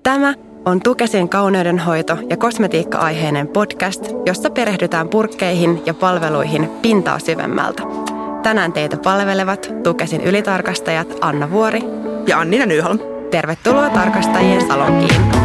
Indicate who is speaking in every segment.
Speaker 1: Tämä on Tukesin kauneudenhoito- ja kosmetiikka-aiheinen podcast, jossa perehdytään purkkeihin ja palveluihin pintaa syvemmältä. Tänään teitä palvelevat Tukesin ylitarkastajat Anna Vuori
Speaker 2: ja Annina Nyholm.
Speaker 1: Tervetuloa tarkastajien salonkiin.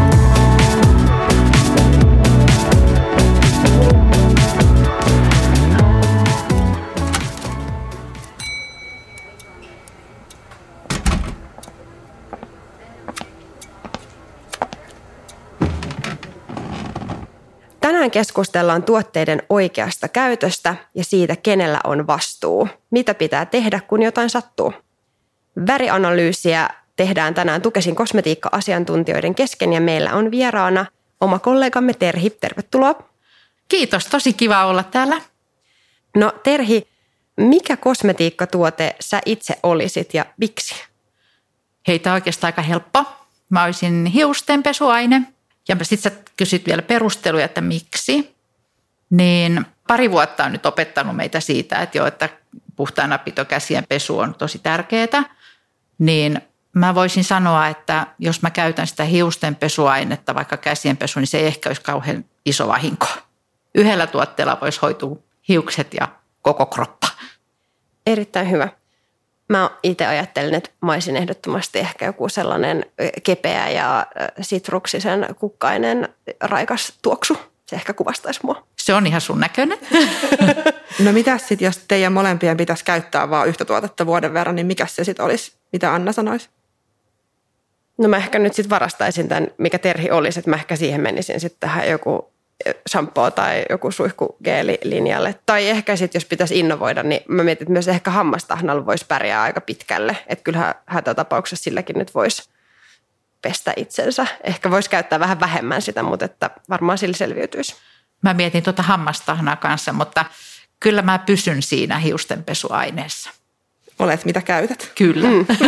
Speaker 1: Tänään keskustellaan tuotteiden oikeasta käytöstä ja siitä, kenellä on vastuu. Mitä pitää tehdä, kun jotain sattuu? Värianalyysiä tehdään tänään Tukesin kosmetiikka-asiantuntijoiden kesken ja meillä on vieraana oma kollegamme Terhi. Tervetuloa.
Speaker 3: Kiitos, tosi kiva olla täällä.
Speaker 1: No Terhi, mikä kosmetiikkatuote sä itse olisit ja miksi?
Speaker 3: Hei, tämä on oikeastaan aika helppo. Mä olisin hiustenpesuaine. Ja sitten sä kysyt vielä perusteluja, että miksi. Niin 2 vuotta on nyt opettanut meitä siitä, että puhtaanapito käsien pesu on tosi tärkeää. Niin mä voisin sanoa, että jos mä käytän sitä hiustenpesuainetta, vaikka käsienpesu, niin se ei ehkä olisi kauhean iso vahinko. Yhdellä tuotteella voisi hoitua hiukset ja koko kroppa.
Speaker 1: Erittäin hyvä. Mä itse ajattelin, että mä olisin ehdottomasti ehkä joku sellainen kepeä ja sitruksisen kukkainen raikas tuoksu. Se ehkä kuvastaisi mua.
Speaker 3: Se on ihan sun näköinen.
Speaker 2: No mitäs sitten, jos teidän molempien pitäisi käyttää vaan yhtä tuotetta vuoden verran, niin mikä se sitten olisi? Mitä Anna sanoisi?
Speaker 1: No mä ehkä nyt sitten varastaisin tämän, mikä Terhi olisi, että mä ehkä siihen menisin sitten tähän joku shampoo tai joku suihkugeelilinjalle. Tai ehkä sitten, jos pitäisi innovoida, niin mä mietin, että myös ehkä hammastahnalla voisi pärjää aika pitkälle. Että kyllähän hätätapauksessa silläkin nyt voisi pestä itsensä. Ehkä voisi käyttää vähän vähemmän sitä, mutta että varmaan sillä selviytyisi.
Speaker 3: Mä mietin hammastahnaa kanssa, mutta kyllä mä pysyn siinä hiustenpesuaineessa.
Speaker 2: Olet mitä käytät.
Speaker 3: Kyllä.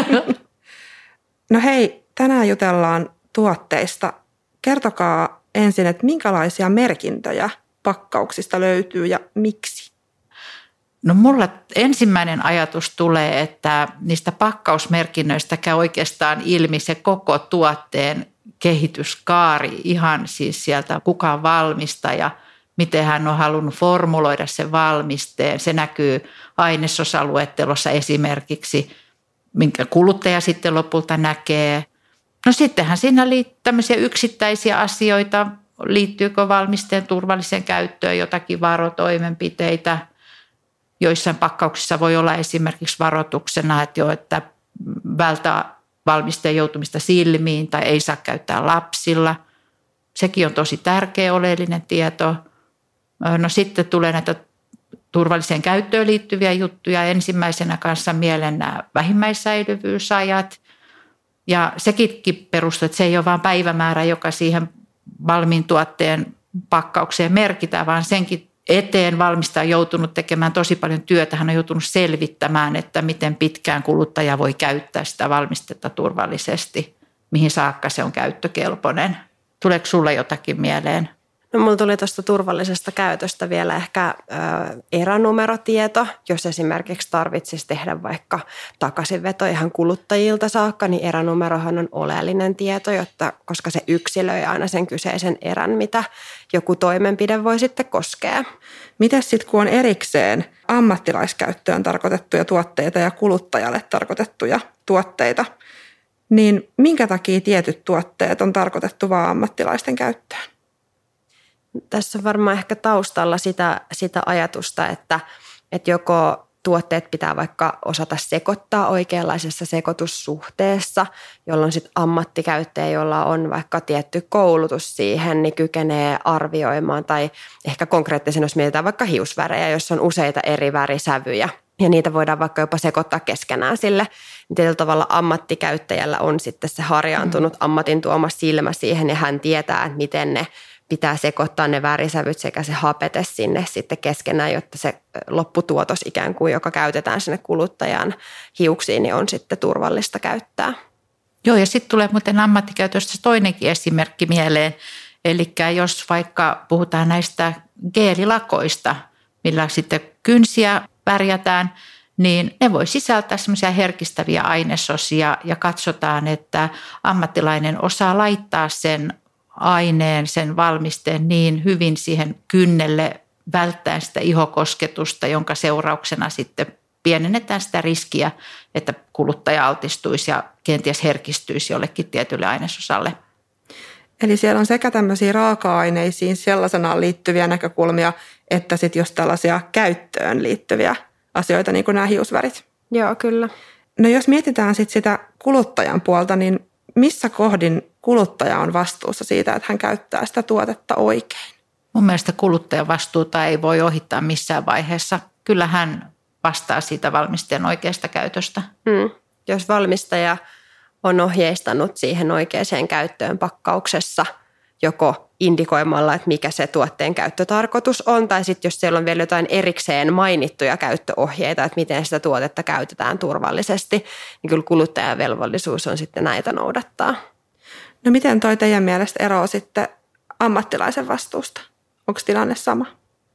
Speaker 2: No hei, tänään jutellaan tuotteista. Kertokaa ensin, että minkälaisia merkintöjä pakkauksista löytyy ja miksi?
Speaker 3: No mulla ensimmäinen ajatus tulee, että niistä pakkausmerkinnöistä käy oikeastaan ilmi se koko tuotteen kehityskaari, ihan siis sieltä kuka valmistaja, miten hän on halunnut formuloida sen valmisteen. Se näkyy ainesosaluettelossa esimerkiksi, minkä kuluttaja sitten lopulta näkee. No sittenhän siinä tämmöisiä yksittäisiä asioita, liittyykö valmisteen turvalliseen käyttöön jotakin varotoimenpiteitä. Joissain pakkauksissa voi olla esimerkiksi varoituksena, että välttää valmisteen joutumista silmiin tai ei saa käyttää lapsilla. Sekin on tosi tärkeä oleellinen tieto. No sitten tulee näitä turvalliseen käyttöön liittyviä juttuja. Ensimmäisenä kanssa mieleen nämä vähimmäissäilyvyysajat. Ja sekin perustuu, että se ei ole vain päivämäärä, joka siihen valmiin tuotteen pakkaukseen merkitään, vaan senkin eteen valmistaja on joutunut tekemään tosi paljon työtä. Hän on joutunut selvittämään, että miten pitkään kuluttaja voi käyttää sitä valmistetta turvallisesti, mihin saakka se on käyttökelpoinen. Tuleeko sulle jotakin mieleen?
Speaker 1: No mulla tuli tuosta turvallisesta käytöstä vielä ehkä eränumerotieto, jos esimerkiksi tarvitsisi tehdä vaikka takaisinveto ihan kuluttajilta saakka, niin eränumerohan on oleellinen tieto, koska se yksilöi aina sen kyseisen erän, mitä joku toimenpide voi sitten koskea.
Speaker 2: Mites sitten, kun on erikseen ammattilaiskäyttöön tarkoitettuja tuotteita ja kuluttajalle tarkoitettuja tuotteita, niin minkä takia tietyt tuotteet on tarkoitettu vain ammattilaisten käyttöön?
Speaker 1: Tässä on varmaan ehkä taustalla sitä ajatusta, että joko tuotteet pitää vaikka osata sekoittaa oikeanlaisessa sekoitussuhteessa, jolloin sitten ammattikäyttäjä, jolla on vaikka tietty koulutus siihen, niin kykenee arvioimaan tai ehkä konkreettisesti, jos mietitään vaikka hiusvärejä, jossa on useita eri värisävyjä ja niitä voidaan vaikka jopa sekoittaa keskenään sille, niin tietyllä tavalla ammattikäyttäjällä on sitten se harjaantunut ammatin tuoma silmä siihen ja hän tietää, että miten ne pitää sekoittaa ne värisävyt sekä se hapete sinne sitten keskenään, jotta se lopputuotos ikään kuin, joka käytetään sinne kuluttajan hiuksiin, niin on sitten turvallista käyttää.
Speaker 3: Joo, ja sitten tulee muuten ammattikäytöstä toinenkin esimerkki mieleen. Eli jos vaikka puhutaan näistä geelilakoista, millä sitten kynsiä värjätään, niin ne voi sisältää semmoisia herkistäviä ainesosia ja katsotaan, että ammattilainen osaa laittaa sen aineen, sen valmisteen niin hyvin siihen kynnelle välttäen sitä ihokosketusta, jonka seurauksena sitten pienennetään sitä riskiä, että kuluttaja altistuisi ja kenties herkistyisi jollekin tietylle ainesosalle.
Speaker 2: Eli siellä on sekä tämmöisiä raaka-aineisiin sellaisenaan liittyviä näkökulmia, että sitten just tällaisia käyttöön liittyviä asioita, niin kuin nämä hiusvärit.
Speaker 1: Joo, kyllä.
Speaker 2: No jos mietitään sitten sitä kuluttajan puolta, niin missä kohdin kuluttaja on vastuussa siitä, että hän käyttää sitä tuotetta oikein?
Speaker 3: Mun mielestä kuluttajan vastuuta ei voi ohittaa missään vaiheessa. Kyllä hän vastaa siitä valmisteen oikeasta käytöstä.
Speaker 1: Jos valmistaja on ohjeistanut siihen oikeaan käyttöön pakkauksessa joko indikoimalla, että mikä se tuotteen käyttötarkoitus on, tai sitten jos siellä on vielä jotain erikseen mainittuja käyttöohjeita, että miten sitä tuotetta käytetään turvallisesti, niin kyllä kuluttajan velvollisuus on sitten näitä noudattaa.
Speaker 2: No miten toi teidän mielestä eroaa sitten ammattilaisen vastuusta? Onko tilanne sama?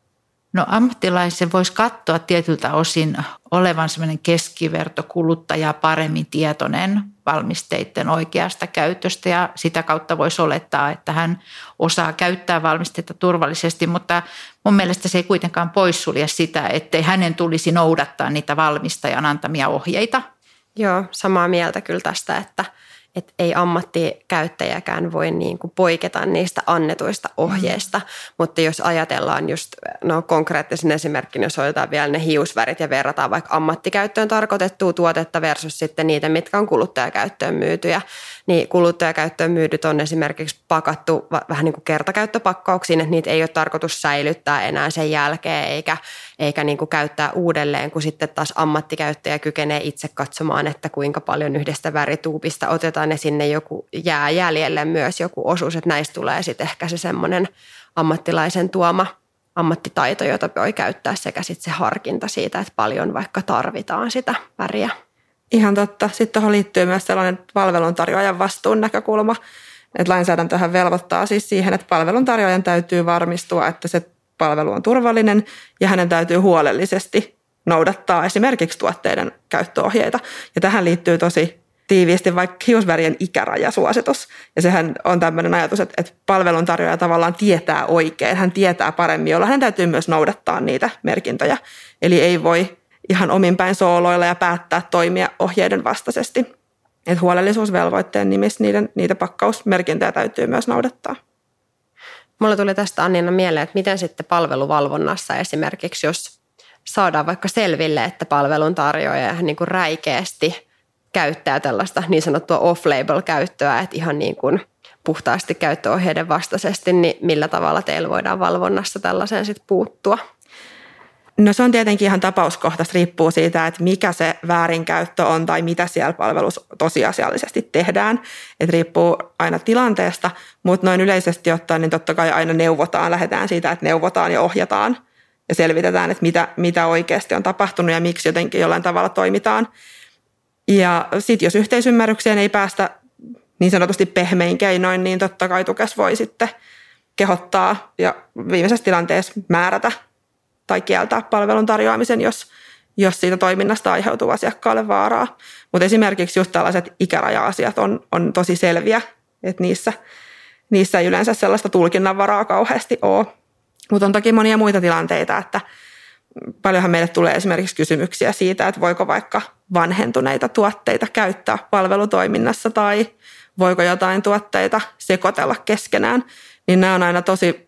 Speaker 3: No ammattilaisen voisi katsoa tietyltä osin olevan sellainen keskivertokuluttaja paremmin tietoinen valmisteiden oikeasta käytöstä ja sitä kautta voisi olettaa, että hän osaa käyttää valmisteita turvallisesti, mutta mun mielestä se ei kuitenkaan poissulje sitä, ettei hänen tulisi noudattaa niitä valmistajan antamia ohjeita.
Speaker 1: Joo, samaa mieltä kyllä tästä, että ei ammattikäyttäjäkään voi niin kuin poiketa niistä annetuista ohjeista, mutta jos ajatellaan just konkreettisen esimerkin, jos otetaan vielä ne hiusvärit ja verrataan vaikka ammattikäyttöön tarkoitettua tuotetta versus sitten niitä, mitkä on kuluttajakäyttöön myytyjä, niin kuluttajakäyttöön myydyt on esimerkiksi pakattu vähän niin kuin kertakäyttöpakkauksiin, että niitä ei ole tarkoitus säilyttää enää sen jälkeen eikä niin kuin käyttää uudelleen, kun sitten taas ammattikäyttäjä kykenee itse katsomaan, että kuinka paljon yhdestä värituupista otetaan ja sinne jää jäljelle myös joku osuus, että näistä tulee sitten ehkä se semmoinen ammattilaisen tuoma ammattitaito, jota voi käyttää sekä sitten se harkinta siitä, että paljon vaikka tarvitaan sitä väriä.
Speaker 2: Ihan totta. Sitten tuohon liittyy myös sellainen palveluntarjoajan vastuun näkökulma, että lainsäädäntöhän velvoittaa siis siihen, että palveluntarjoajan täytyy varmistua, että se palvelu on turvallinen ja hänen täytyy huolellisesti noudattaa esimerkiksi tuotteiden käyttöohjeita. Ja tähän liittyy tosi tiiviisti vaikka hiusvärien ikärajasuositus. Ja sehän on tämmöinen ajatus, että palveluntarjoaja tavallaan tietää oikein, hän tietää paremmin, jolla hän täytyy myös noudattaa niitä merkintöjä. Eli ei voi ihan ominpäin sooloilla ja päättää toimia ohjeiden vastaisesti. Että huolellisuusvelvoitteen nimissä niitä pakkausmerkintöjä täytyy myös noudattaa.
Speaker 1: Mulla tuli tästä Annina mieleen, että miten sitten palveluvalvonnassa esimerkiksi, jos saadaan vaikka selville, että palveluntarjoaja niin kuin räikeästi käyttää tällaista niin sanottua off-label-käyttöä, että ihan niin kuin puhtaasti käyttöohjeiden vastaisesti, niin millä tavalla teillä voidaan valvonnassa tällaiseen sitten puuttua?
Speaker 2: No se on tietenkin ihan tapauskohtaista, riippuu siitä, että mikä se väärinkäyttö on tai mitä siellä palvelussa tosiasiallisesti tehdään. Että riippuu aina tilanteesta, mutta noin yleisesti ottaen niin totta kai aina neuvotaan, lähdetään siitä, että neuvotaan ja ohjataan ja selvitetään, että mitä oikeasti on tapahtunut ja miksi jotenkin jollain tavalla toimitaan. Ja sitten jos yhteisymmärrykseen ei päästä niin sanotusti pehmein keinoin, niin totta kai tukes voi sitten kehottaa ja viimeisessä tilanteessa määrätä tai kieltää palvelun tarjoamisen, jos siitä toiminnasta aiheutuu asiakkaalle vaaraa. Mutta esimerkiksi just tällaiset ikäraja-asiat on tosi selviä, että niissä ei yleensä sellaista tulkinnanvaraa kauheasti ole. Mutta on toki monia muita tilanteita, että paljonhan meille tulee esimerkiksi kysymyksiä siitä, että voiko vaikka vanhentuneita tuotteita käyttää palvelutoiminnassa tai voiko jotain tuotteita sekoitella keskenään. Niin nämä on aina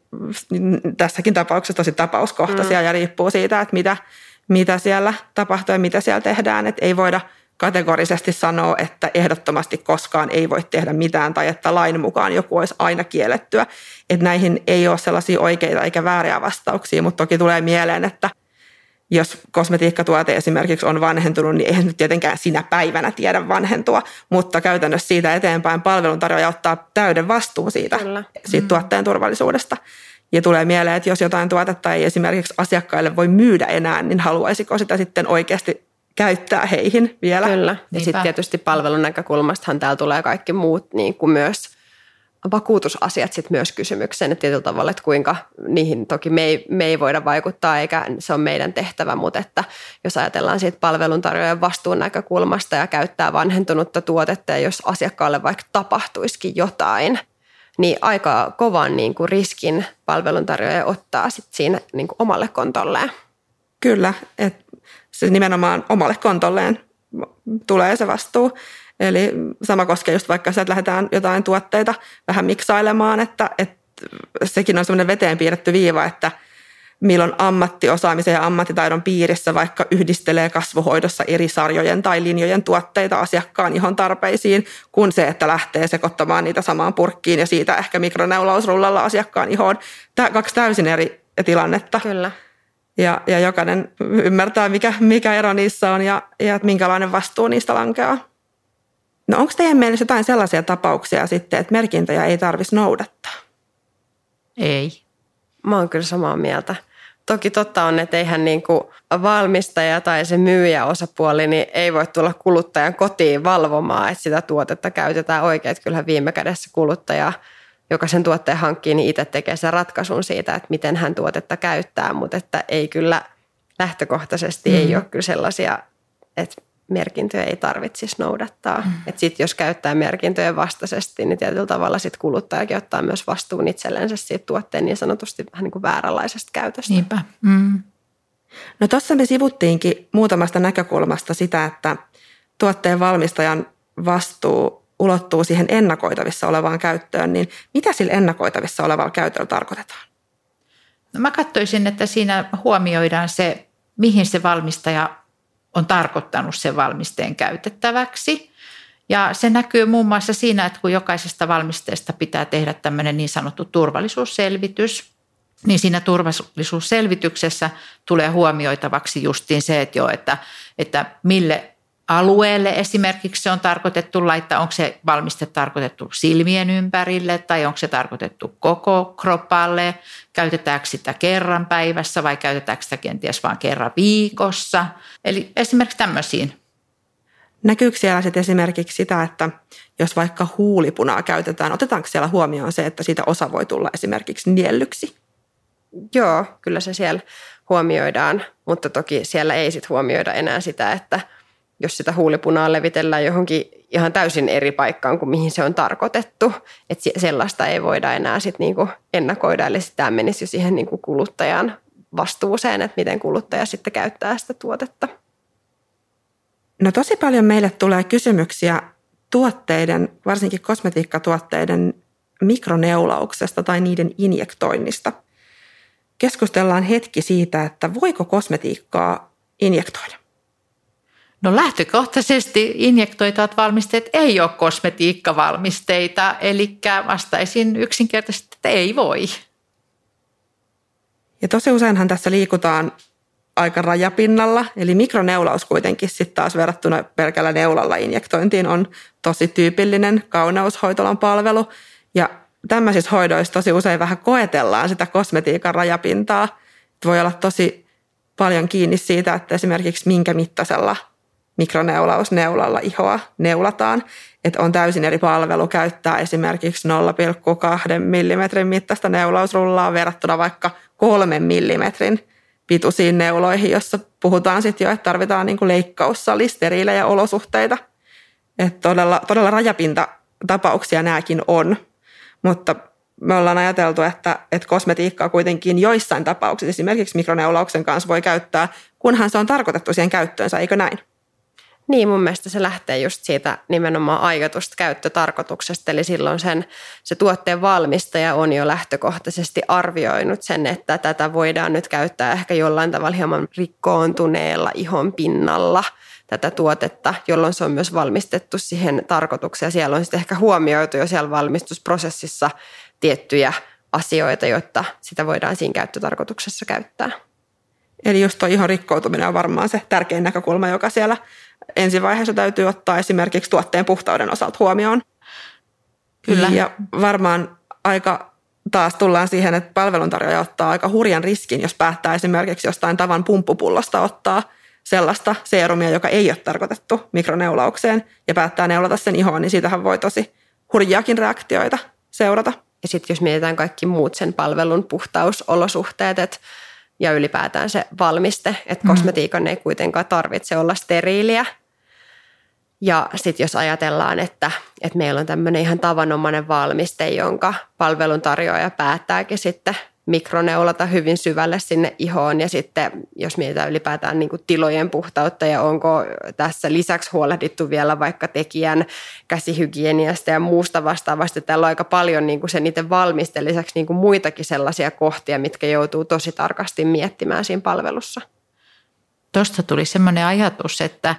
Speaker 2: tässäkin tapauksessa tosi tapauskohtaisia ja riippuu siitä, että mitä siellä tapahtuu ja mitä siellä tehdään. Että ei voida kategorisesti sanoa, että ehdottomasti koskaan ei voi tehdä mitään tai että lain mukaan joku olisi aina kiellettyä. Että näihin ei ole sellaisia oikeita eikä vääriä vastauksia, mutta toki tulee mieleen, että jos kosmetiikkatuote esimerkiksi on vanhentunut, niin eihän nyt tietenkään sinä päivänä tiedä vanhentua, mutta käytännössä siitä eteenpäin palveluntarjoaja ottaa täyden vastuun siitä tuotteen turvallisuudesta. Ja tulee mieleen, että jos jotain tuotetta ei esimerkiksi asiakkaille voi myydä enää, niin haluaisiko sitä sitten oikeasti käyttää heihin vielä?
Speaker 1: Kyllä. Ja sitten tietysti palvelun näkökulmastahan täällä tulee kaikki muut niin kuin myös vakuutusasiat sit myös kysymykseen, että tietyllä tavalla, että kuinka niihin toki me ei voida vaikuttaa eikä se on meidän tehtävä, mutta että jos ajatellaan siitä palveluntarjoajan vastuun näkökulmasta ja käyttää vanhentunutta tuotetta ja jos asiakkaalle vaikka tapahtuisikin jotain, niin aika kovan niin kuin riskin palveluntarjoaja ottaa sit siinä niin kuin omalle kontolleen.
Speaker 2: Kyllä, että se nimenomaan omalle kontolleen tulee se vastuu. Eli sama koskee just vaikka se, että lähdetään jotain tuotteita vähän miksailemaan, että sekin on semmoinen veteen piirretty viiva, että milloin ammattiosaamisen ja ammattitaidon piirissä vaikka yhdistelee kasvohoidossa eri sarjojen tai linjojen tuotteita asiakkaan ihon tarpeisiin, kuin se, että lähtee sekoittamaan niitä samaan purkkiin ja siitä ehkä mikroneulausrullalla asiakkaan ihoon. Kaksi täysin eri tilannetta.
Speaker 1: Kyllä.
Speaker 2: Ja jokainen ymmärtää, mikä ero niissä on ja minkälainen vastuu niistä lankeaa. No onko teidän mielestä jotain sellaisia tapauksia sitten, että merkintöjä ei tarvitsisi noudattaa?
Speaker 3: Ei.
Speaker 1: Mä oon kyllä samaa mieltä. Toki totta on, että eihän niin kuin valmistaja tai se myyjäosapuoli niin ei voi tulla kuluttajan kotiin valvomaan, että sitä tuotetta käytetään oikein. Että kyllähän viime kädessä kuluttaja, joka sen tuotteen hankkii, niin itse tekee sen ratkaisun siitä, että miten hän tuotetta käyttää. Mutta että ei kyllä lähtökohtaisesti ei ole kyllä sellaisia, että merkintöjä ei tarvitsisi noudattaa. Että sitten jos käyttää merkintöjen vastaisesti, niin tietyllä tavalla sit kuluttajakin ottaa myös vastuun itsellensä siitä tuotteen niin sanotusti vähän niin kuin vääränlaisesta käytöstä.
Speaker 3: Niinpä.
Speaker 2: No tuossa me sivuttiinkin muutamasta näkökulmasta sitä, että tuotteen valmistajan vastuu ulottuu siihen ennakoitavissa olevaan käyttöön, niin mitä sillä ennakoitavissa olevalla käytöllä tarkoitetaan?
Speaker 3: No mä katsoisin, että siinä huomioidaan se, mihin se valmistaja on tarkoittanut sen valmisteen käytettäväksi. Ja se näkyy muun muassa siinä, että kun jokaisesta valmisteesta pitää tehdä tämmöinen niin sanottu turvallisuusselvitys, niin siinä turvallisuusselvityksessä tulee huomioitavaksi justiin se, että mille alueelle esimerkiksi se on tarkoitettu laittaa, onko se valmiste tarkoitettu silmien ympärille tai onko se tarkoitettu koko kropalle, käytetäänkö sitä kerran päivässä vai käytetäänkö sitä kenties vain kerran viikossa. Eli esimerkiksi tämmöisiin.
Speaker 2: Näkyykö siellä sitten esimerkiksi sitä, että jos vaikka huulipunaa käytetään, otetaanko siellä huomioon se, että siitä osa voi tulla esimerkiksi niellyksi?
Speaker 1: Joo, kyllä se siellä huomioidaan, mutta toki siellä ei sitten huomioida enää sitä, että jos sitä huulipunaa levitellään johonkin ihan täysin eri paikkaan kuin mihin se on tarkoitettu, että sellaista ei voida enää sitten niinku ennakoida, eli sitä menisi jo siihen niinku kuluttajan vastuuseen, että miten kuluttaja sitten käyttää sitä tuotetta.
Speaker 2: No tosi paljon meille tulee kysymyksiä tuotteiden, varsinkin kosmetiikkatuotteiden mikroneulauksesta tai niiden injektoinnista. Keskustellaan hetki siitä, että voiko kosmetiikkaa injektoida?
Speaker 3: No lähtökohtaisesti injektoitavat valmisteet ei ole kosmetiikkavalmisteita, eli vastaisin yksinkertaisesti, että ei voi.
Speaker 2: Ja tosi useinhan tässä liikutaan aika rajapinnalla, eli mikroneulaus kuitenkin sitten taas verrattuna pelkällä neulalla injektointiin on tosi tyypillinen kauneushoitolan palvelu. Ja tämmöisissä hoidoissa tosi usein vähän koetellaan sitä kosmetiikan rajapintaa. Voi olla tosi paljon kiinni siitä, että esimerkiksi minkä mittaisella mikroneulausneulalla ihoa neulataan. Että on täysin eri palvelu käyttää esimerkiksi 0,2 millimetrin mittaista neulausrullaa verrattuna vaikka 3 millimetrin pituisiin neuloihin, jossa puhutaan sitten jo, että tarvitaan niinku leikkaussali, steriilejä olosuhteita. Että todella rajapintatapauksia nämäkin on, mutta me ollaan ajateltu, että kosmetiikkaa kuitenkin joissain tapauksissa esimerkiksi mikroneulauksen kanssa voi käyttää, kunhan se on tarkoitettu siihen käyttöönsä, eikö näin?
Speaker 1: Niin, mun mielestä se lähtee just siitä nimenomaan aiotusta käyttötarkoituksesta, eli silloin se tuotteen valmistaja on jo lähtökohtaisesti arvioinut sen, että tätä voidaan nyt käyttää ehkä jollain tavalla hieman rikkoontuneella ihon pinnalla tätä tuotetta, jolloin se on myös valmistettu siihen tarkoitukseen. Siellä on sitten ehkä huomioitu jo siellä valmistusprosessissa tiettyjä asioita, jotta sitä voidaan siinä käyttötarkoituksessa käyttää.
Speaker 2: Eli just tuo ihon rikkoutuminen on varmaan se tärkein näkökulma, joka siellä ensivaiheessa täytyy ottaa esimerkiksi tuotteen puhtauden osalta huomioon.
Speaker 3: Kyllä.
Speaker 2: Ja varmaan aika taas tullaan siihen, että palveluntarjoaja ottaa aika hurjan riskin, jos päättää esimerkiksi jostain tavan pumppupullosta ottaa sellaista seerumia, joka ei ole tarkoitettu mikroneulaukseen ja päättää neulata sen ihoon, niin siitähän voi tosi hurjiakin reaktioita seurata.
Speaker 1: Ja sitten jos mietitään kaikki muut sen palvelun puhtausolosuhteet ja ylipäätään se valmiste, että kosmetiikan ei kuitenkaan tarvitse olla steriiliä. Ja sitten jos ajatellaan, että meillä on tämmöinen ihan tavanomainen valmiste, jonka palveluntarjoaja päättääkin sitten mikroneulata hyvin syvälle sinne ihoon ja sitten jos mietitään ylipäätään niin kuin tilojen puhtautta ja onko tässä lisäksi huolehdittu vielä vaikka tekijän käsihygieniasta ja muusta vastaavasti. Täällä on aika paljon niin kuin se niiden valmisten lisäksi niin kuin muitakin sellaisia kohtia, mitkä joutuu tosi tarkasti miettimään siinä palvelussa.
Speaker 3: Tuosta tuli semmoinen ajatus, että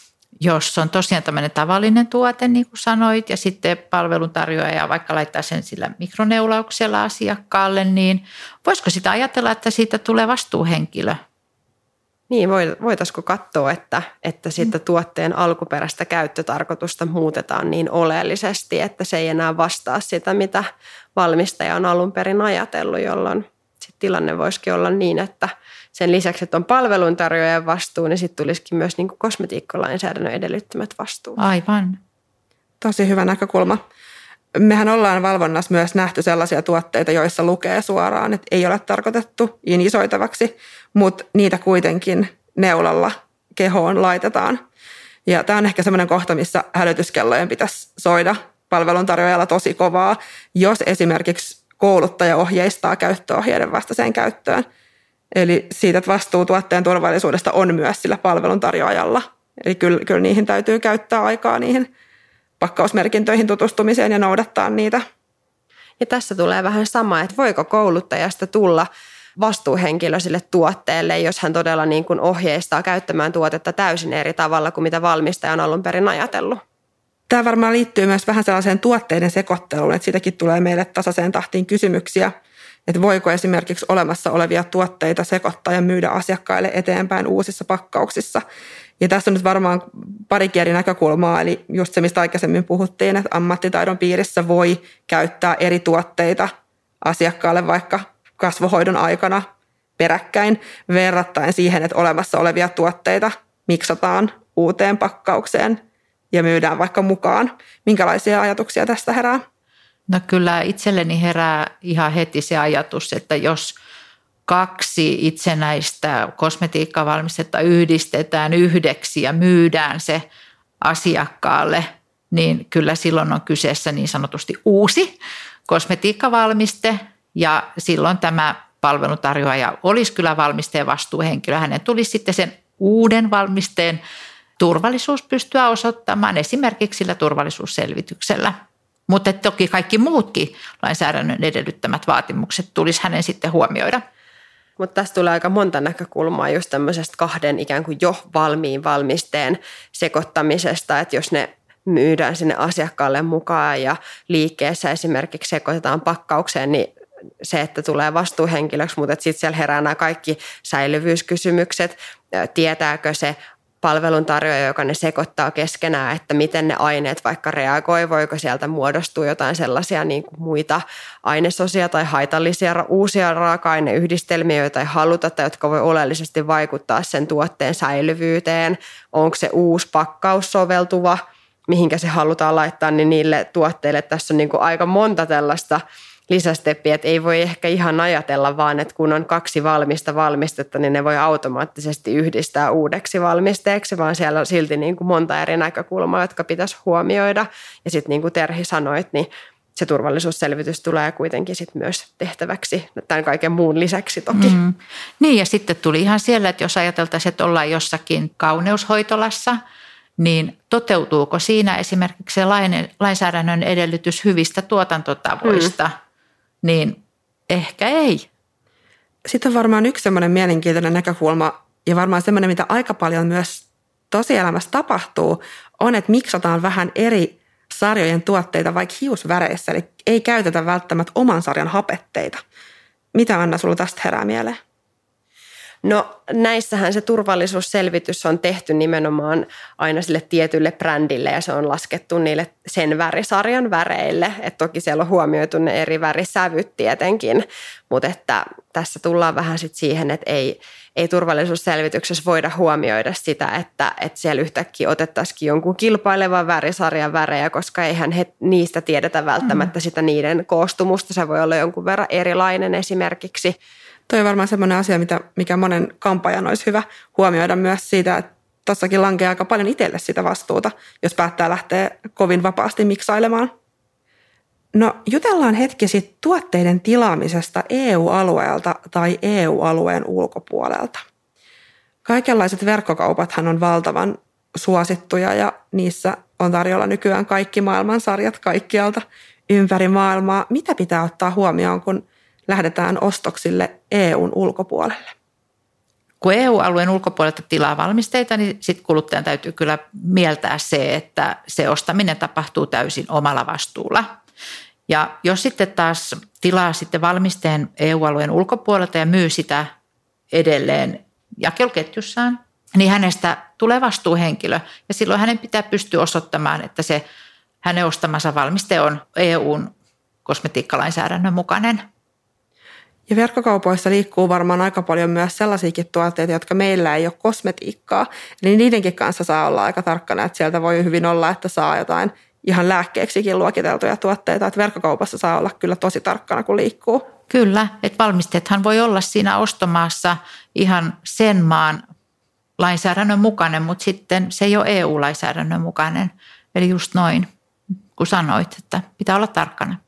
Speaker 3: jos on tosiaan tämmöinen tavallinen tuote, niin kuin sanoit, ja sitten palveluntarjoaja vaikka laittaa sen sillä mikroneulauksella asiakkaalle, niin voisiko sitä ajatella, että siitä tulee vastuuhenkilö?
Speaker 1: Niin, voitaisiko katsoa, että sitten tuotteen alkuperäistä käyttötarkoitusta muutetaan niin oleellisesti, että se ei enää vastaa sitä, mitä valmistaja on alun perin ajatellut, jolloin sitten tilanne voisikin olla niin, että sen lisäksi, että on palveluntarjoajan vastuu, niin sitten tulisikin myös niin kuin kosmetiikkalainsäädännön edellyttämät vastuut.
Speaker 3: Aivan.
Speaker 2: Tosi hyvä näkökulma. Mehän ollaan valvonnassa myös nähty sellaisia tuotteita, joissa lukee suoraan, että ei ole tarkoitettu ionisoitavaksi, mutta niitä kuitenkin neulalla kehoon laitetaan. Ja tämä on ehkä semmoinen kohta, missä hälytyskellojen pitäisi soida palveluntarjoajalla tosi kovaa, jos esimerkiksi kouluttaja ohjeistaa käyttöohjeiden vastaiseen käyttöön. Eli siitä, että vastuu tuotteen turvallisuudesta on myös sillä palveluntarjoajalla. Eli kyllä niihin täytyy käyttää aikaa niihin pakkausmerkintöihin tutustumiseen ja noudattaa niitä.
Speaker 1: Ja tässä tulee vähän sama, että voiko kouluttajasta tulla vastuuhenkilö sille tuotteelle, jos hän todella niin kuin ohjeistaa käyttämään tuotetta täysin eri tavalla kuin mitä valmistaja on alun perin ajatellut.
Speaker 2: Tämä varmaan liittyy myös vähän sellaiseen tuotteiden sekoitteluun, että siitäkin tulee meille tasaiseen tahtiin kysymyksiä, että voiko esimerkiksi olemassa olevia tuotteita sekoittaa ja myydä asiakkaille eteenpäin uusissa pakkauksissa. Ja tässä on nyt varmaan parikin eri näkökulmaa, eli just se, mistä aikaisemmin puhuttiin, että ammattitaidon piirissä voi käyttää eri tuotteita asiakkaalle vaikka kasvohoidon aikana peräkkäin verrattaen siihen, että olemassa olevia tuotteita miksataan uuteen pakkaukseen ja myydään vaikka mukaan. Minkälaisia ajatuksia tästä herää?
Speaker 3: No kyllä itselleni herää ihan heti se ajatus, että jos 2 itsenäistä kosmetiikkavalmistetta yhdistetään yhdeksi ja myydään se asiakkaalle, niin kyllä silloin on kyseessä niin sanotusti uusi kosmetiikkavalmiste ja silloin tämä palveluntarjoaja olisi kyllä valmisteen vastuuhenkilö. Hänen tulisi sitten sen uuden valmisteen turvallisuus pystyä osoittamaan esimerkiksi sillä turvallisuusselvityksellä. Mutta toki kaikki muutkin lainsäädännön edellyttämät vaatimukset tulisi hänen sitten huomioida.
Speaker 1: Mutta tässä tulee aika monta näkökulmaa just tämmöisestä 2 ikään kuin jo valmiin valmisteen sekoittamisesta, että jos ne myydään sinne asiakkaalle mukaan ja liikkeessä esimerkiksi sekoitetaan pakkaukseen, niin se, että tulee vastuuhenkilöksi, mutta sitten siellä herää nämä kaikki säilyvyyskysymykset, tietääkö se palveluntarjoaja, joka ne sekoittaa keskenään, että miten ne aineet vaikka reagoi, voiko sieltä muodostua jotain sellaisia niin kuin muita ainesosia tai haitallisia uusia raaka-aineyhdistelmiä, joita ei haluta tai jotka voi oleellisesti vaikuttaa sen tuotteen säilyvyyteen. Onko se uusi pakkaus soveltuva, mihinkä se halutaan laittaa, niin niille tuotteille tässä on niin kuin aika monta tällaista lisästeppiä, että ei voi ehkä ihan ajatella vaan, että kun on 2 valmista valmistetta, niin ne voi automaattisesti yhdistää uudeksi valmisteeksi, vaan siellä on silti niin kuin monta eri näkökulmaa, jotka pitäisi huomioida. Ja sitten niin kuin Terhi sanoit, niin se turvallisuusselvitys tulee kuitenkin sit myös tehtäväksi tämän kaiken muun lisäksi toki.
Speaker 3: Niin ja sitten tuli ihan siellä, että jos ajateltaisiin, että ollaan jossakin kauneushoitolassa, niin toteutuuko siinä esimerkiksi se lainsäädännön edellytys hyvistä tuotantotavoista, niin ehkä ei.
Speaker 2: Sitten on varmaan yksi semmoinen mielenkiintoinen näkökulma ja varmaan semmoinen, mitä aika paljon myös tosielämässä tapahtuu, on, että miksataan vähän eri sarjojen tuotteita vaikka hiusväreissä, eli ei käytetä välttämättä oman sarjan hapetteita. Mitä Anna sulla tästä herää mieleen?
Speaker 1: No näissähän se turvallisuusselvitys on tehty nimenomaan aina sille tietylle brändille ja se on laskettu niille sen värisarjan väreille. Et toki siellä on huomioitu ne eri värisävyt tietenkin, mutta että tässä tullaan vähän sit siihen, että ei turvallisuusselvityksessä voida huomioida sitä, että siellä yhtäkkiä otettaisiin jonkun kilpailevan värisarjan värejä, koska eihän niistä tiedetä välttämättä sitä niiden koostumusta. Se voi olla jonkun verran erilainen esimerkiksi.
Speaker 2: Toi on varmaan semmoinen asia, mikä monen kampaajan olisi hyvä huomioida myös siitä, että tossakin lankeaa aika paljon itselle sitä vastuuta, jos päättää lähteä kovin vapaasti miksailemaan. No jutellaan hetki sitten tuotteiden tilaamisesta EU-alueelta tai EU-alueen ulkopuolelta. Kaikenlaiset verkkokaupathan on valtavan suosittuja ja niissä on tarjolla nykyään kaikki maailman sarjat kaikkialta ympäri maailmaa. Mitä pitää ottaa huomioon, kun lähdetään ostoksille EUn ulkopuolelle?
Speaker 3: Kun EU-alueen ulkopuolelta tilaa valmisteita, niin sitten kuluttajan täytyy kyllä mieltää se, että se ostaminen tapahtuu täysin omalla vastuulla. Ja jos sitten taas tilaa sitten valmisteen EU-alueen ulkopuolelta ja myy sitä edelleen jakeluketjussaan, niin hänestä tulee vastuuhenkilö ja silloin hänen pitää pystyä osoittamaan, että se hänen ostamansa valmiste on EUn kosmetiikkalainsäädännön mukainen.
Speaker 2: Ja verkkokaupoissa liikkuu varmaan aika paljon myös sellaisiakin tuotteita, jotka meillä ei ole kosmetiikkaa. Eli niidenkin kanssa saa olla aika tarkkana, että sieltä voi hyvin olla, että saa jotain ihan lääkkeeksikin luokiteltuja tuotteita. Että verkkokaupassa saa olla kyllä tosi tarkkana, kun liikkuu.
Speaker 3: Kyllä, että valmisteethan voi olla siinä ostomaassa ihan sen maan lainsäädännön mukainen, mutta sitten se ei ole EU-lainsäädännön mukainen. Eli just noin, kun sanoit, että pitää olla tarkkana.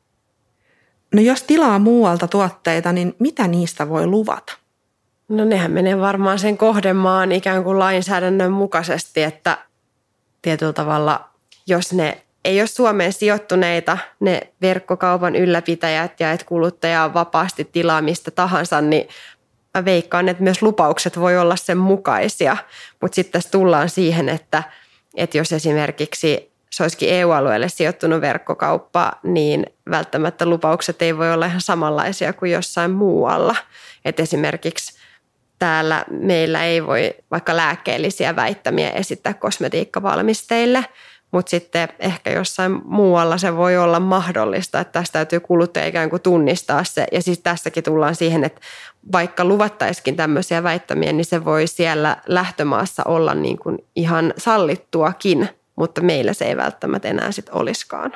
Speaker 2: No jos tilaa muualta tuotteita, niin mitä niistä voi luvata?
Speaker 1: No nehän menee varmaan sen kohdemaan ikään kuin lainsäädännön mukaisesti, että tietyllä tavalla, jos ne ei ole Suomeen sijoittuneita, ne verkkokaupan ylläpitäjät ja että kuluttaja on vapaasti tilaa mistä tahansa, niin mä veikkaan, että myös lupaukset voi olla sen mukaisia. Mutta sitten tässä tullaan siihen, että jos esimerkiksi se olisikin EU-alueelle sijoittunut verkkokauppa, niin välttämättä lupaukset ei voi olla ihan samanlaisia kuin jossain muualla. Et esimerkiksi täällä meillä ei voi vaikka lääkkeellisiä väittämiä esittää kosmetiikkavalmisteille, mutta sitten ehkä jossain muualla se voi olla mahdollista, että tästä täytyy kuluttaja ikään kuin tunnistaa se. Ja siis tässäkin tullaan siihen, että vaikka luvattaisikin tämmöisiä väittämiä, niin se voi siellä lähtömaassa olla niin kuin ihan sallittuakin, mutta meillä se ei välttämättä enää sitten olisikaan.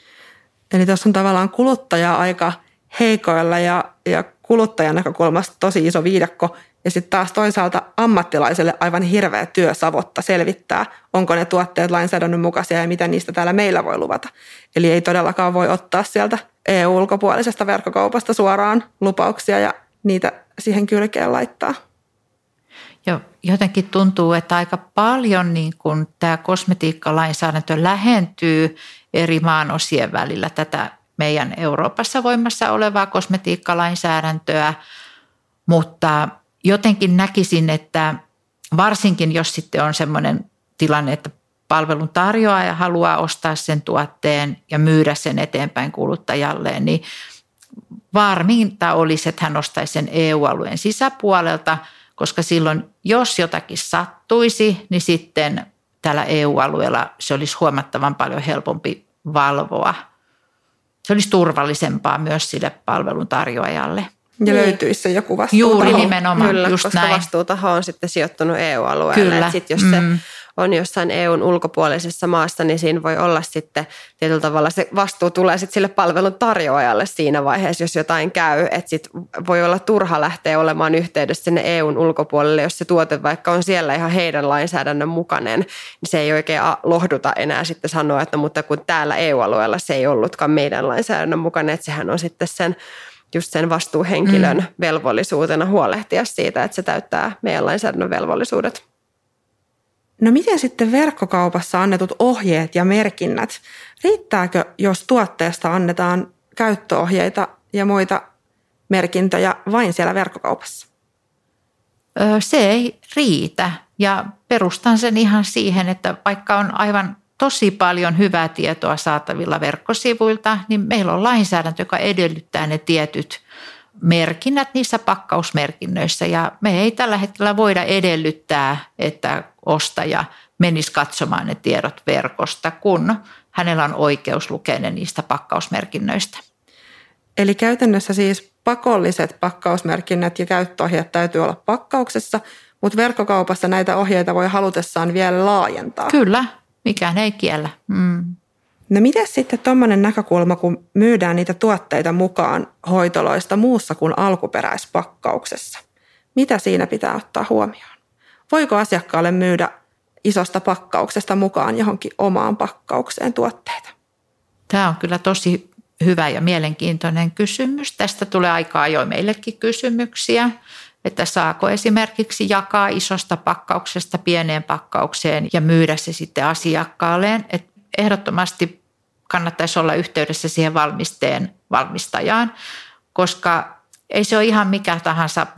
Speaker 2: Eli tässä on tavallaan kuluttaja aika heikoilla ja kuluttajan näkökulmasta tosi iso viidakko. Ja sitten taas toisaalta ammattilaiselle aivan hirveä työsavotta selvittää, onko ne tuotteet lainsäädännön mukaisia ja mitä niistä täällä meillä voi luvata. Eli ei todellakaan voi ottaa sieltä EU-ulkopuolisesta verkkokaupasta suoraan lupauksia ja niitä siihen kylkeen laittaa.
Speaker 3: Joo, jotenkin tuntuu, että aika paljon niin kun tämä kosmetiikkalainsäädäntö lähentyy eri maanosien välillä tätä meidän Euroopassa voimassa olevaa kosmetiikkalainsäädäntöä, mutta jotenkin näkisin, että varsinkin jos sitten on sellainen tilanne, että palvelun tarjoaja haluaa ostaa sen tuotteen ja myydä sen eteenpäin kuluttajalle, niin varminta olisi, että hän ostaisi sen EU-alueen sisäpuolelta, koska silloin jos jotakin sattuisi, niin sitten täällä EU-alueella se olisi huomattavan paljon helpompi valvoa. Se olisi turvallisempaa myös sille palvelun tarjoajalle.
Speaker 2: Ja löytyisi se joku vastuutaho.
Speaker 3: Juuri nimenomaan,
Speaker 1: kyllä,
Speaker 3: just
Speaker 1: koska
Speaker 3: näin.
Speaker 1: Vastuutaho on sitten sijoittunut EU-alueelle.
Speaker 3: Kyllä.
Speaker 1: Sitten jos se on jossain EUn ulkopuolisessa maassa, niin siinä voi olla sitten tietyllä tavalla se vastuu tulee sitten sille palvelun tarjoajalle siinä vaiheessa, jos jotain käy. Että sitten voi olla turha lähteä olemaan yhteydessä sinne EUn ulkopuolelle, jos se tuote vaikka on siellä ihan heidän lainsäädännön mukainen, niin se ei oikein lohduta enää sitten sanoa, että mutta kun täällä EU-alueella se ei ollutkaan meidän lainsäädännön mukainen, että sehän on sitten just sen vastuuhenkilön velvollisuutena huolehtia siitä, että se täyttää meidän lainsäädännön velvollisuudet.
Speaker 2: No miten sitten verkkokaupassa annetut ohjeet ja merkinnät? Riittääkö, jos tuotteesta annetaan käyttöohjeita ja muita merkintöjä vain siellä verkkokaupassa?
Speaker 3: Se ei riitä ja perustan sen ihan siihen, että vaikka on aivan tosi paljon hyvää tietoa saatavilla verkkosivuilta, niin meillä on lainsäädäntö, joka edellyttää ne tietyt merkinnät niissä pakkausmerkinnöissä ja me ei tällä hetkellä voida edellyttää, että ostaja menisi katsomaan ne tiedot verkosta, kun hänellä on oikeus lukea ne niistä pakkausmerkinnöistä.
Speaker 2: Eli käytännössä siis pakolliset pakkausmerkinnät ja käyttöohjeet täytyy olla pakkauksessa, mutta verkkokaupassa näitä ohjeita voi halutessaan vielä laajentaa.
Speaker 3: Kyllä, mikään ei kiellä.
Speaker 2: No miten sitten tuommoinen näkökulma, kun myydään niitä tuotteita mukaan hoitoloista muussa kuin alkuperäispakkauksessa? Mitä siinä pitää ottaa huomioon? Voiko asiakkaalle myydä isosta pakkauksesta mukaan johonkin omaan pakkaukseen tuotteita?
Speaker 3: Tämä on kyllä tosi hyvä ja mielenkiintoinen kysymys. Tästä tulee aika ajoin meillekin kysymyksiä, että saako esimerkiksi jakaa isosta pakkauksesta pieneen pakkaukseen ja myydä se sitten asiakkaalleen. Et ehdottomasti kannattaisi olla yhteydessä siihen valmisteen valmistajaan, koska ei se ole ihan mikä tahansa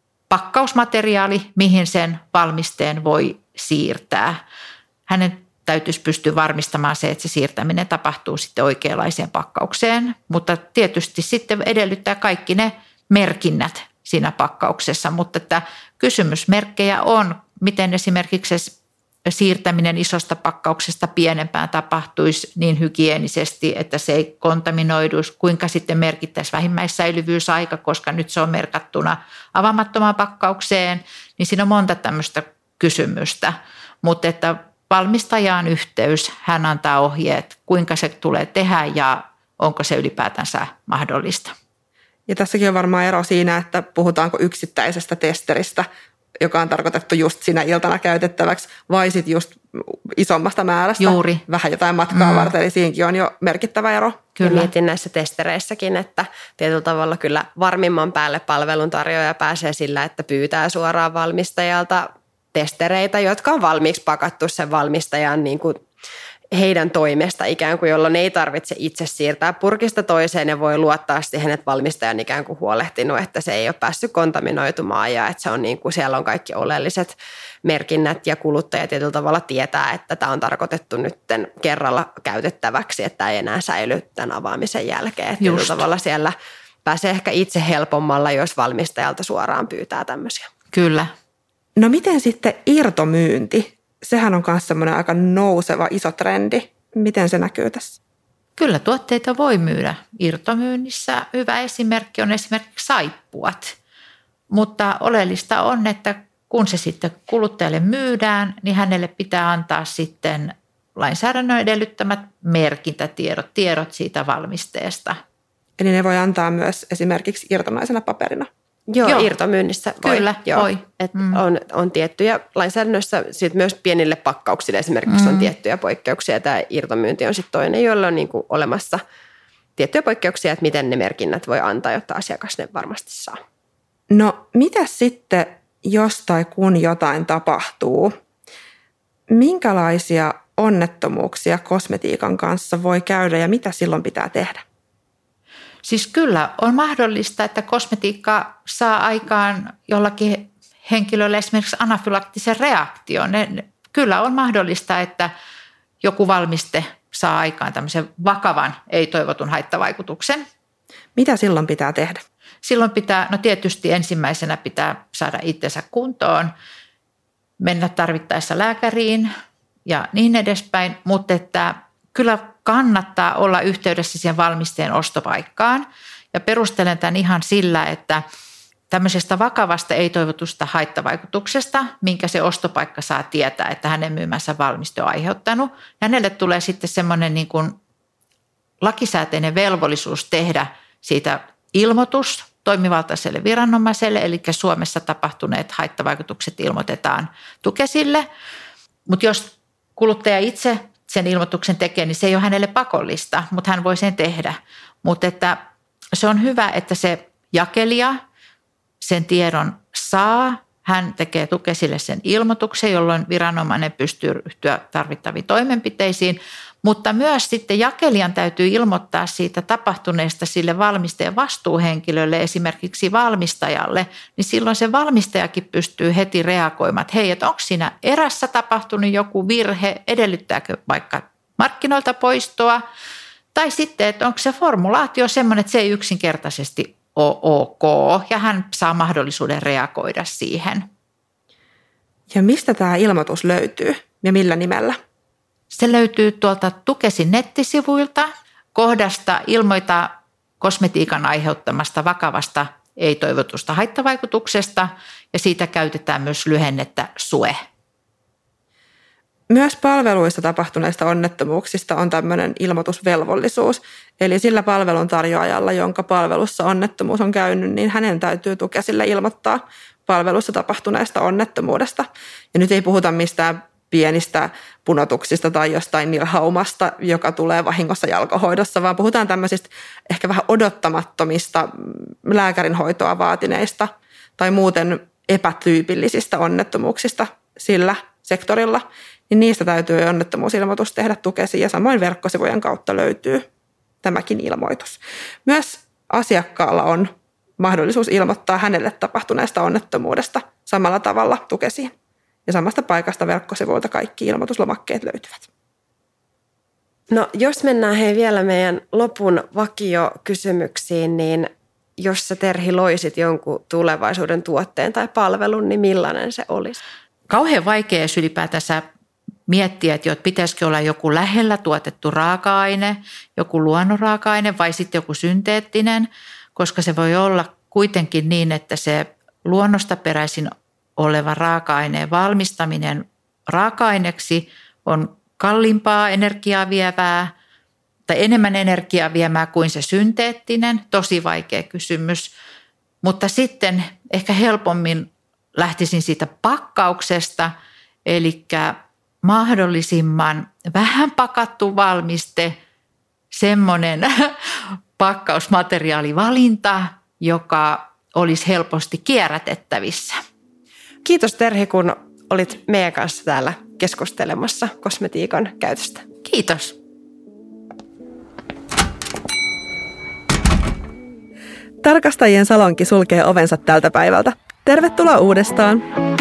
Speaker 3: pakkausmateriaali, mihin sen valmisteen voi siirtää. Hänen täytyisi pystyä varmistamaan se, että se siirtäminen tapahtuu sitten oikeanlaiseen pakkaukseen, mutta tietysti sitten edellyttää kaikki ne merkinnät siinä pakkauksessa, mutta että kysymysmerkkejä on, miten esimerkiksi siirtäminen isosta pakkauksesta pienempään tapahtuisi niin hygienisesti, että se ei kontaminoiduisi, kuinka sitten merkittäisi vähimmäissäilyvyysaika, koska nyt se on merkattuna avaamattomaan pakkaukseen, niin siinä on monta tämmöistä kysymystä, mutta että valmistajaan yhteys, hän antaa ohjeet, kuinka se tulee tehdä ja onko se ylipäätänsä mahdollista.
Speaker 2: Ja tässäkin on varmaan ero siinä, että puhutaanko yksittäisestä testeristä, joka on tarkoitettu just sinä iltana käytettäväksi, vai sitten just isommasta määrästä.
Speaker 3: Juuri.
Speaker 2: Vähän jotain matkaa varten, eli siinäkin on jo merkittävä ero.
Speaker 1: Kyllä. Ja mietin näissä testereissäkin, että tietyllä tavalla kyllä varmimman päälle palveluntarjoaja pääsee sillä, että pyytää suoraan valmistajalta testereitä, jotka on valmiiksi pakattu sen valmistajan niin kuin heidän toimesta ikään kuin, jolloin ei tarvitse itse siirtää purkista toiseen ja voi luottaa siihen, että valmistaja on ikään kuin huolehtinut, että se ei ole päässyt kontaminoitumaan ja että se on niin kuin, siellä on kaikki oleelliset merkinnät ja kuluttaja tietyllä tavalla tietää, että tämä on tarkoitettu nyt kerralla käytettäväksi, että tämä ei enää säily tämän avaamisen jälkeen. Että tietyllä tavalla siellä pääsee ehkä itse helpommalla, jos valmistajalta suoraan pyytää tämmöisiä.
Speaker 3: Kyllä.
Speaker 2: No miten sitten irtomyynti? Sehän on myös semmoinen aika nouseva iso trendi. Miten se näkyy tässä?
Speaker 3: Kyllä tuotteita voi myydä irtomyynnissä. Hyvä esimerkki on esimerkiksi saippuat. Mutta oleellista on, että kun se sitten kuluttajalle myydään, niin hänelle pitää antaa sitten lainsäädännön edellyttämät merkintätiedot siitä valmisteesta.
Speaker 2: Eli ne voi antaa myös esimerkiksi irtonaisena paperina.
Speaker 1: Joo, irtomyynnissä voi.
Speaker 3: Kyllä, voi.
Speaker 1: On tiettyjä lainsäädännössä, sit myös pienille pakkauksille esimerkiksi on tiettyjä poikkeuksia. Tämä irtomyynti on sitten toinen, jolla on niinku olemassa tiettyjä poikkeuksia, että miten ne merkinnät voi antaa, jotta asiakas ne varmasti saa.
Speaker 2: No mitä sitten, jos tai kun jotain tapahtuu? Minkälaisia onnettomuuksia kosmetiikan kanssa voi käydä ja mitä silloin pitää tehdä?
Speaker 3: Siis kyllä on mahdollista, että kosmetiikka saa aikaan jollakin henkilölle esimerkiksi anafylaktisen reaktion. Kyllä on mahdollista, että joku valmiste saa aikaan tämmöisen vakavan ei-toivotun haittavaikutuksen.
Speaker 2: Mitä silloin pitää tehdä?
Speaker 3: Silloin pitää, no tietysti ensimmäisenä pitää saada itsensä kuntoon, mennä tarvittaessa lääkäriin ja niin edespäin, mutta että kyllä kannattaa olla yhteydessä siihen valmisteen ostopaikkaan ja perustelen tämän ihan sillä, että tämmöisestä vakavasta ei-toivotusta haittavaikutuksesta, minkä se ostopaikka saa tietää, että hänen myymänsä valmiste on aiheuttanut. Hänelle tulee sitten semmoinen niin kuin lakisääteinen velvollisuus tehdä siitä ilmoitus toimivaltaiselle viranomaiselle, eli Suomessa tapahtuneet haittavaikutukset ilmoitetaan Tukesille, mutta jos kuluttaja itse sen ilmoituksen tekee, niin se ei ole hänelle pakollista, mutta hän voi sen tehdä. Mutta että se on hyvä, että se jakelija sen tiedon saa, hän tekee Tukesille sen ilmoituksen, jolloin viranomainen pystyy ryhtyä tarvittaviin toimenpiteisiin, mutta myös sitten jakelijan täytyy ilmoittaa siitä tapahtuneesta sille valmisteen vastuuhenkilölle, esimerkiksi valmistajalle, niin silloin se valmistajakin pystyy heti reagoimaan, että hei, että onko siinä erässä tapahtunut joku virhe, edellyttääkö vaikka markkinoilta poistoa, tai sitten, että onko se formulaatio semmoinen, että se ei yksinkertaisesti ole ok ja hän saa mahdollisuuden reagoida siihen.
Speaker 2: Ja mistä tämä ilmoitus löytyy ja millä nimellä?
Speaker 3: Se löytyy tuolta Tukesin nettisivuilta kohdasta ilmoita kosmetiikan aiheuttamasta vakavasta ei-toivotusta haittavaikutuksesta ja siitä käytetään myös lyhennettä SUE.
Speaker 2: Myös palveluissa tapahtuneista onnettomuuksista on tämmöinen ilmoitusvelvollisuus. Eli sillä palveluntarjoajalla, jonka palvelussa onnettomuus on käynyt, niin hänen täytyy Tukesille ilmoittaa palvelussa tapahtuneesta onnettomuudesta. Ja nyt ei puhuta mistään pienistä punotuksista tai jostain nilhaumasta, joka tulee vahingossa jalkahoidossa, vaan puhutaan tämmöisistä ehkä vähän odottamattomista lääkärin hoitoa vaatineista tai muuten epätyypillisistä onnettomuuksista sillä sektorilla, niin niistä täytyy onnettomuusilmoitus tehdä Tukesiin ja samoin verkkosivujen kautta löytyy tämäkin ilmoitus. Myös asiakkaalla on mahdollisuus ilmoittaa hänelle tapahtuneesta onnettomuudesta samalla tavalla Tukesiin. Ja samasta paikasta verkkosivuilta kaikki ilmoituslomakkeet löytyvät.
Speaker 1: No jos mennään vielä meidän lopun vakiokysymyksiin, niin jos sä Terhi loisit jonkun tulevaisuuden tuotteen tai palvelun, niin millainen se olisi?
Speaker 3: Kauhean vaikea ylipäätänsä miettiä, että pitäisikö olla joku lähellä tuotettu raaka-aine, joku luonnonraaka-aine vai sitten joku synteettinen, koska se voi olla kuitenkin niin, että se luonnosta peräisin oleva raaka-aineen valmistaminen raaka-aineeksi on kalliimpaa energiaa vievää tai enemmän energiaa viemää kuin se synteettinen. Tosi vaikea kysymys, mutta sitten ehkä helpommin lähtisin siitä pakkauksesta, eli mahdollisimman vähän pakattu valmiste, semmoinen pakkausmateriaalivalinta, joka olisi helposti kierrätettävissä.
Speaker 1: Kiitos Terhi, kun olit meidän kanssa täällä keskustelemassa kosmetiikan käytöstä.
Speaker 3: Kiitos.
Speaker 2: Tarkastajien salonki sulkee ovensa tältä päivältä. Tervetuloa uudestaan!